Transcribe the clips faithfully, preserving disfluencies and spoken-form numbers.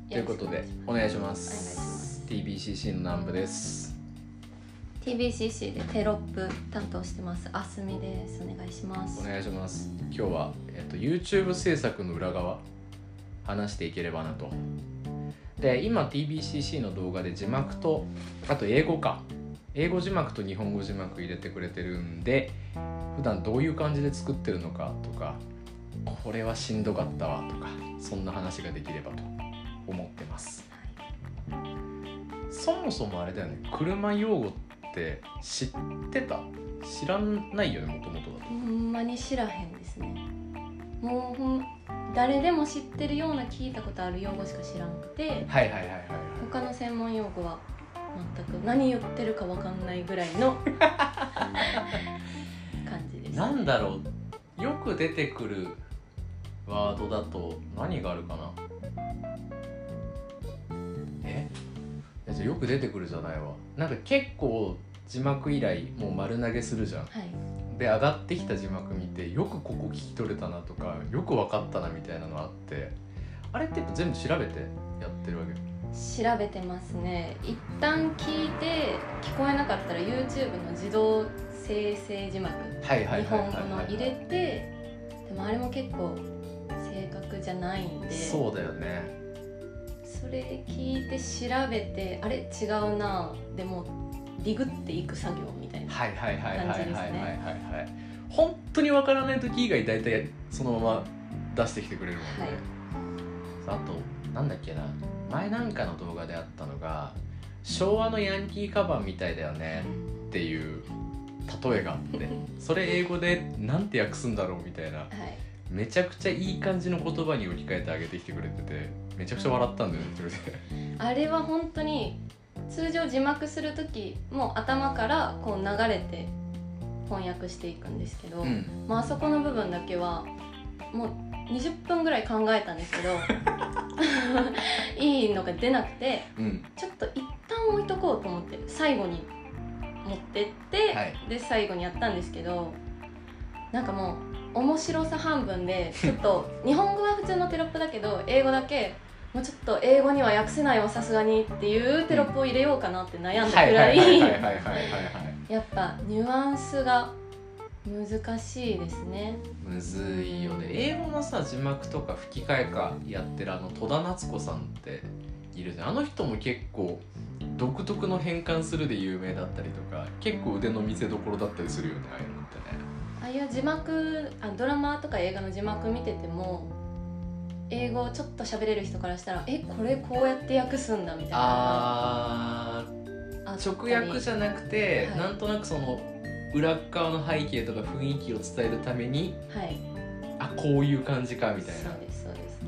ということでお願いします。 お願いします。 ティービーシーシー の南部です。 ティービーシーシー でテロップ担当してますあすみです。お願いします。 お願いします。今日は、えっと、YouTube 制作の裏側話していければなと。で今 ティービーシーシー の動画で字幕とあと英語か英語字幕と日本語字幕入れてくれてるんで、普段どういう感じで作ってるのかとか、これはしんどかったわとか、そんな話ができればと思ってます。そもそもあれだよね、車用語って知ってた？知らないよね、もともとだと。 ほんまに知らへんですね。もうほん誰でも知ってるような聞いたことある用語しか知らんくて、 はいはいはいはい、はい、 他の専門用語は全く何言ってるか分かんないぐらいの感じです。 なんだろう、よく出てくるワードだと何があるかな。えじゃよく出てくるじゃないわ。なんか結構字幕以来もう丸投げするじゃん、はい、で上がってきた字幕見てよくここ聞き取れたなとか、よく分かったなみたいなのあって、あれってやっぱ全部調べてやってるわけ？ 調べてますね。一旦聞いて聞こえなかったら YouTube の自動生成字幕、日本語の入れて、でもあれも結構正確じゃないんで、 そうだよね。 それ聞いて調べて、あれ違うな、でもディグっていく作業みたいな感じですね。 本当に分からない時以外だいたいそのまま出してきてくれるもんね、はい、あとなんだっけな、前なんかの動画であったのが、昭和のヤンキーカバンみたいだよねっていう例えがあってそれ英語でなんて訳すんだろうみたいな、はい、めちゃくちゃいい感じの言葉に置き換えてあげてきてくれてて、めちゃくちゃ笑ったんだよね、それであれは本当に通常字幕する時もう頭からこう流れて翻訳していくんですけど、うん、まあ、あそこの部分だけはもうにじゅっぷんぐらい考えたんですけどいいのが出なくて、うん、ちょっと一旦置いとこうと思って最後に持ってって、はい、で最後にやったんですけど、なんかもう面白さ半分でちょっと日本語は普通のテロップだけど英語だけもうちょっと英語には訳せないわさすがにっていうテロップを入れようかなって悩んだくらいやっぱニュアンスが難しいですね。 むずいよね。英語のさ字幕とか吹き替えかやってるあの戸田夏子さんっているじゃん。あの人も結構独特の変換するで有名だったりとか、結構腕の見せ所だったりするよね、ああいうのってね。 ああいう字幕、あドラマとか映画の字幕見てても英語をちょっと喋れる人からしたら、えこれこうやって訳すんだみたいな。 ああ直訳じゃなくて、はい、なんとなくその裏側の背景とか雰囲気を伝えるために、はい、あこういう感じかみたいな。 そうですそうです。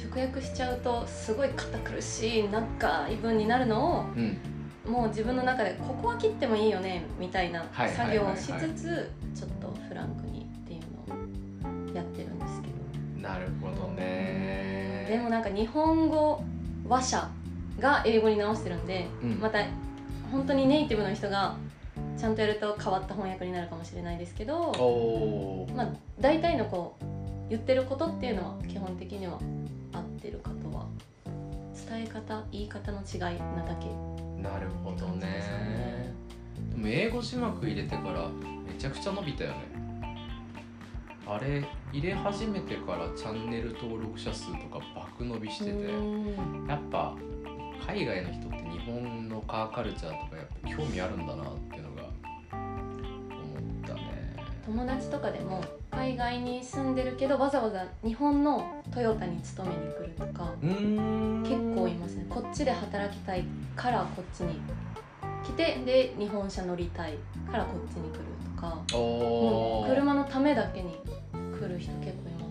直訳しちゃうとすごい堅苦しい長い文になるのを、うん、もう自分の中でここは切ってもいいよねみたいな作業をしつつ、ちょっとフランクにっていうのをやってるんですけど。 なるほどね。 でもなんか日本語話者が英語に直してるんで、うん、また本当にネイティブの人がちゃんとやると変わった翻訳になるかもしれないですけど、まあ、大体のこう言ってることっていうのは基本的には合ってるかとは、伝え方言い方の違いなだけ。 なるほどね。でも英語字幕入れてからめちゃくちゃ伸びたよね。あれ入れ始めてからチャンネル登録者数とか爆伸びしてて、やっぱ海外の人って日本のカーカルチャーとかやっぱ興味あるんだなっていうのが思ったね。 友達とかでも海外に住んでるけどわざわざ日本のトヨタに勤めに来るとか結構いますね。こっちで働きたいからこっちに来て、で日本車乗りたいからこっちに来るとか、もう車のためだけに来る人結構います。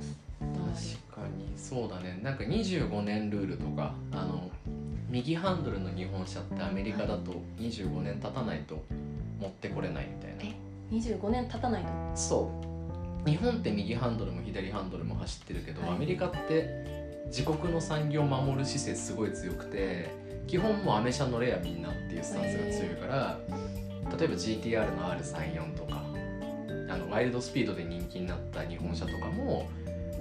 確かにそうだね。なんかにじゅうごねんルールとか、あの右ハンドルの日本車ってアメリカだとにじゅうごねん経たないと持ってこれないみたいな。 えにじゅうごねん経たないと？ そう日本って右ハンドルも左ハンドルも走ってるけど、はい、アメリカって自国の産業を守る姿勢すごい強くて、基本もうアメ車乗れやみんなっていうスタンスが強いから、例えば ジーティーアール の アールさんじゅうよん とかあのワイルドスピードで人気になった日本車とかも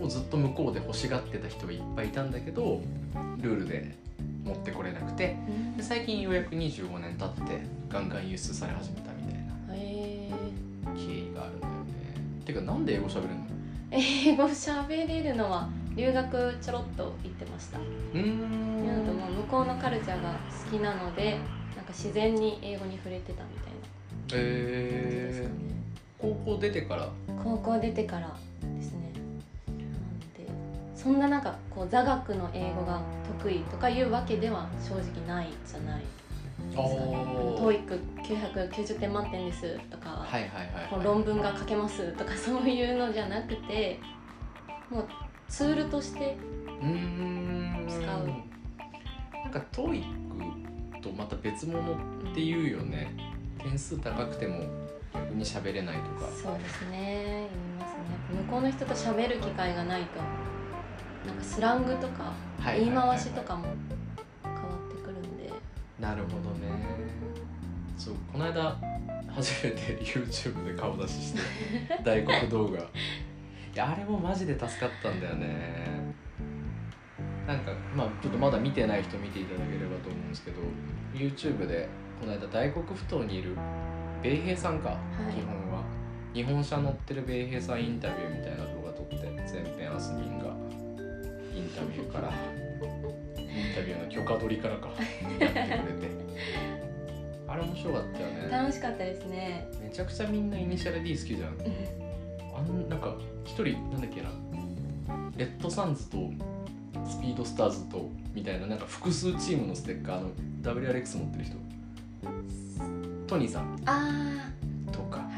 をずっと向こうで欲しがってた人がいっぱいいたんだけどルールで持ってこれなくて、で最近ようやくにじゅうごねん経ってガンガン輸出され始めたみたいな経緯があるんだよね。てかなんで英語喋れるの？ 英語喋れるのは留学ちょろっと行ってました。うーんなのともう向こうのカルチャーが好きなのでなんか自然に英語に触れてたみたいな。 えー、高校出てから？ 高校出てからですね。なんでそんななんかこう座学の英語が得意とかいうわけでは正直ないじゃないですかね。トーイックきゅうひゃくきゅうじゅってん満点ですとか、 はいはいはいはい、 論文が書けますとかそういうのじゃなくてもうツールとして使う。うーんなんかトーイックとまた別物っていうよね、うん、点数高くても逆に喋れないとか。 そうですね、言いますね。向こうの人と喋る機会がないとなんかスラングとか言い回しとかも変わってくるんで。 なるほどね。そうこの間初めて YouTube で顔出しして大黒動画いやあれもマジで助かったんだよね。なんかまあちょっとまだ見てない人見ていただければと思うんですけど YouTube でこの間大黒ふ頭にいる米兵さんか、はい、基本は日本車乗ってる米兵さんインタビューみたいな動画撮って全編アスミンがインタビューからインタビューの許可取りからかやってくれてあれ面白かったよね。 楽しかったですね。 めちゃくちゃみんなイニシャル D 好きじゃんあんなんか一人なんだっけなレッドサンズとスピードスターズとみたいななんか複数チームのステッカーの ダブリューアールエックス 持ってる人トニーさんあとか、 はいはいはい、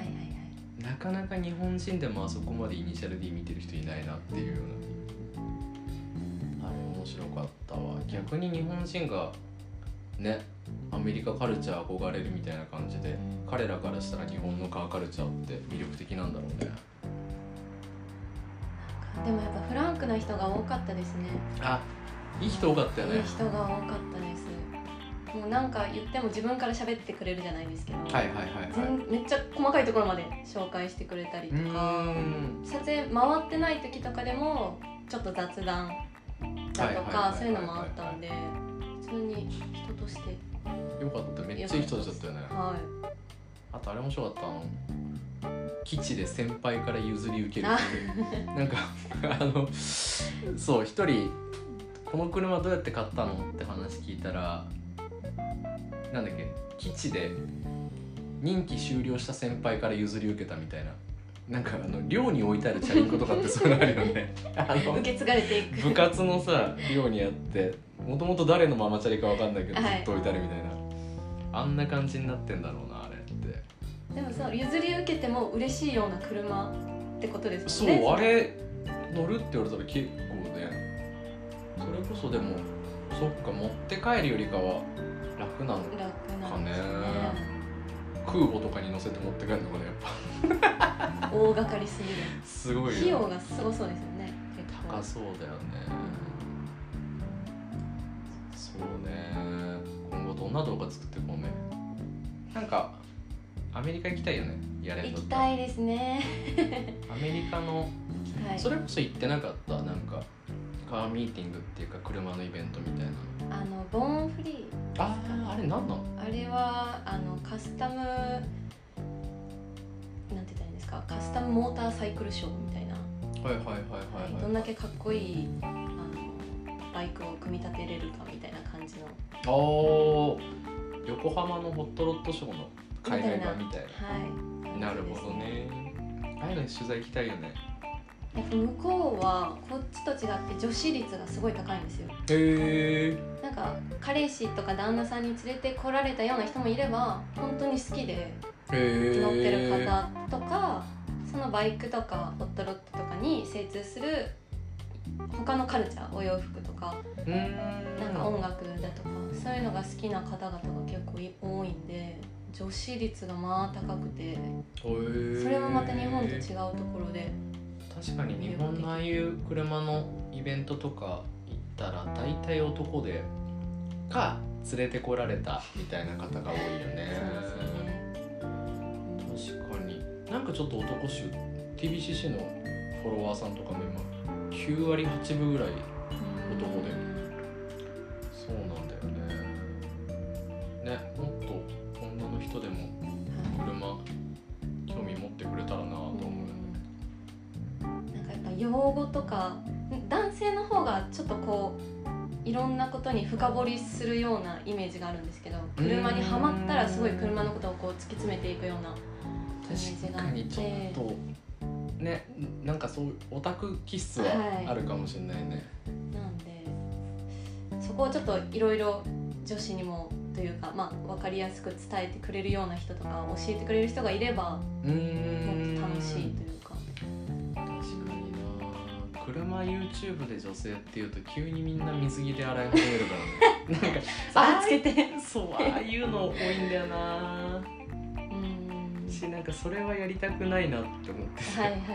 なかなか日本人でもあそこまでイニシャル D 見てる人いないなっていうような。あれ面白かったわ。逆に日本人がねアメリカカルチャー憧れるみたいな感じで彼らからしたら日本のカーカルチャーって魅力的なんだろうね。 でもやっぱフランクな人が多かったですね。 あ、いい人多かったよね。 いい人が多かったです。もうなんか言っても自分から喋ってくれるじゃないですけど、 はいはいはい、はい、 めっちゃ細かいところまで紹介してくれたりとか、撮影回ってない時とかでもちょっと雑談だとかそういうのもあったんで普通に人としてよかった。めっちゃいい人だったよね。 はい。 あとあれ面白かったの基地で先輩から譲り受けるってなんかあのそう一人この車どうやって買ったのって話聞いたらなんだっけ基地で任期終了した先輩から譲り受けたみたいな。なんかあの寮に置いてあるチャリンコとかってそういうのあるよねあの受け継がれていく部活のさ寮にあってもともと誰のママチャリか分かんないけどずっと置いてあるみたいな、はい、あんな感じになってんだろうなあれって。 でもさ譲り受けても嬉しいような車ってことですもんね。 そうあれ乗るって言われたら結構ねそれこそでもそっか持って帰るよりかは楽なのかね。 楽なんですね。 空母とかに乗せて持って帰るのかねやっぱ大掛かりすぎる。 すごいよ費用がすごそうですよね。 高そうだよね、うん、そうね。今後どんな動画作っていこうね。なんかアメリカ行きたいよね。やれんだったら行きたいですねアメリカのそれこそ行ってなかったなんかカーミーティングっていうか車のイベントみたいな。あのボーンフリー。 あああれ何なの？ あれはあのカスタムなんて言ったらいいんですか、カスタムモーターサイクルショーみたいな。 はいはいはいはい、はい、 どんだけかっこいいあのバイクを組み立てれるかみたいな感じの。 ああ横浜のホットロッドショーの海外版みたいな。はい。なるほどね。ああいうの取材行きたいよね。 やっぱ向こうはこっちと違って女子率がすごい高いんですよ。 へー。 なんか彼氏とか旦那さんに連れて来られたような人もいれば本当に好きで乗ってる方とかそのバイクとかホットロッドとかに精通する他のカルチャーお洋服とかなんか音楽だとかそういうのが好きな方々が結構多いんで女子率がまあ高くてそれもまた日本と違うところで。 確かに日本のああいう車のイベントとか行ったら大体男でか連れてこられたみたいな方が多いよね。確かになんかちょっと男衆 ティービーシーシー のフォロワーさんとかも今きゅうわりはちぶぐらい男で、そうなんだよね。ね、もっと女の人でも車興味持ってくれたらなと思う。 なんかやっぱ用語とか男性の方がちょっとこういろんなことに深掘りするようなイメージがあるんですけど、車にはまったらすごい車のことをこう突き詰めていくようなイメージがあって、確かにちょっとね、なんかそういうオタク気質はあるかもしれないね、はい、 なんでそこをちょっといろいろ女子にもというか、まあ、分かりやすく伝えてくれるような人とか教えてくれる人がいればうーんもっと楽しいというか。 確かにな。車 YouTube で女性っていうと急にみんな水着で洗い始めるからねなんかあつけてそうああいうの多いんだよな。しなんかそれはやりたくないなって思ってて、はいはいはい、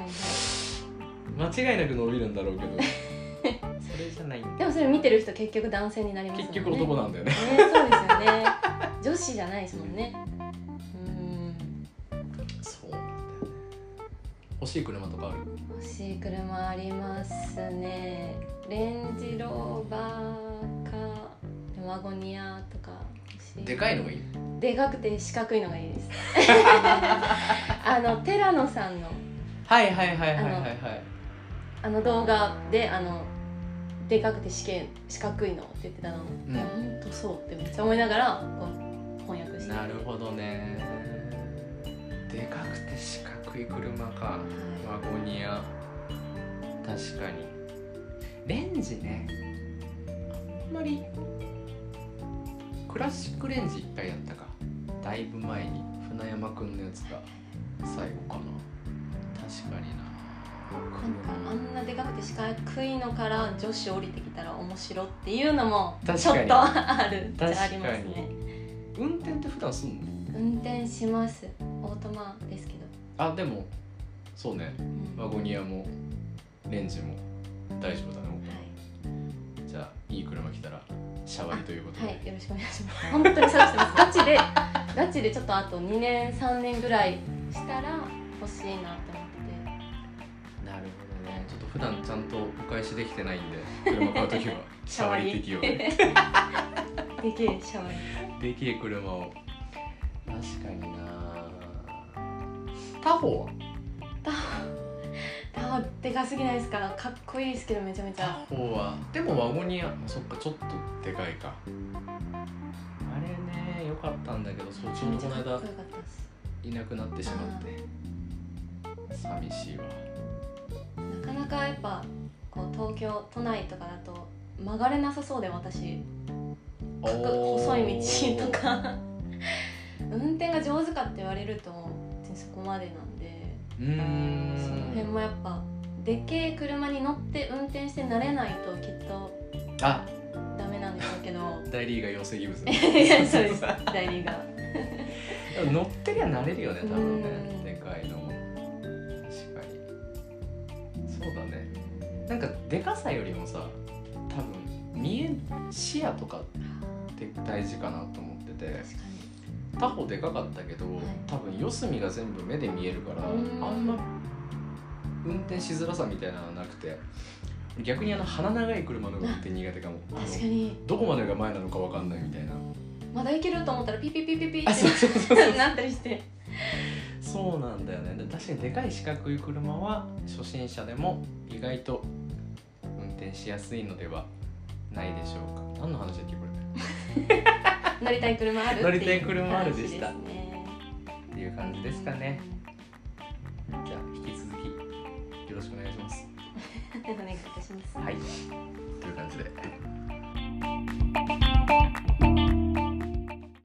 間違いなく伸びるんだろうけどそれじゃないんだ。 でもそれ見てる人結局男性になりますもんね。 結局男なんだよね。ね、 そうですよね。女子じゃないですもんね。うん、 そうなんだよね。欲しい車とかある？ 欲しい車ありますね。レンジローバーかワゴニアとか欲しい。 でかいのがいい？ でかくて四角いのがいいですあの寺野さんのはいはいはいはいはいはいあの動画であのでかくて四角いのって言ってたの、うん、いやほんとそうってめっちゃ思いながらこう翻訳してて。 なるほどね。でかくて四角い車か、はい、ワゴニア確かに。レンジねあんまりクラシックレンジいっかいやったか、だいぶ前に船山くんのやつが最後かな。確かにな。 なんかあんなでかくて四角いのから女子降りてきたら面白っていうのもちょっとあるじゃありますね。 運転って普段すんの？ 運転します。オートマですけど。 あ、でもそうね、うん、ワゴニアもレンジも大丈夫だね、はい、じゃあいい車来たらシャワリということで、 はい、よろしくお願いします。本当に探してます。ガチでガチでちょっとあとにねんさんねんぐらいしたら欲しいなって思ってて。 なるほどね。ちょっと普段ちゃんとお返しできてないんで、車買うときはシャワリ適用ででけえシャワリでけえ車を。確かにな。タホはタホタホでかすぎないですか？かっこいいですけどめちゃめちゃ。 タホはでもワゴニア、そっかちょっとでかいか。あれね良かったんだけど、そっちにこの間いなくなってしまって寂しいわ。 なかなかやっぱこう東京都内とかだと曲がれなさそうで、私細い道とか運転が上手かって言われるとそこまでなんで、うーんその辺もやっぱでけえ車に乗って運転して慣れないときっとあダメなんでしょうけど大リーガー養成義務いやそうです大リーガー乗ってりゃ慣れるよね多分ね、でかいのも。確かにそうだね。なんかでかさよりもさ、多分見え視野とかって大事かなと思ってて、確かにタホでかかったけど、はい、多分四隅が全部目で見えるから、あんま運転しづらさみたいなのはなくて、逆にあの鼻長い車の運転苦手かも。 確かにどこまでが前なのか分かんないみたいな。 まだいけると思ったらピピピピピってなったりしてそうなんだよね。確かにでかい四角い車は初心者でも意外と運転しやすいのではないでしょうか。何の話だっけこれ乗りたい車ある乗りたい車あるでした、ね、っていう感じですかね。じゃあ引き続きよろしくお願いしますお願いいたします。 はい、という感じで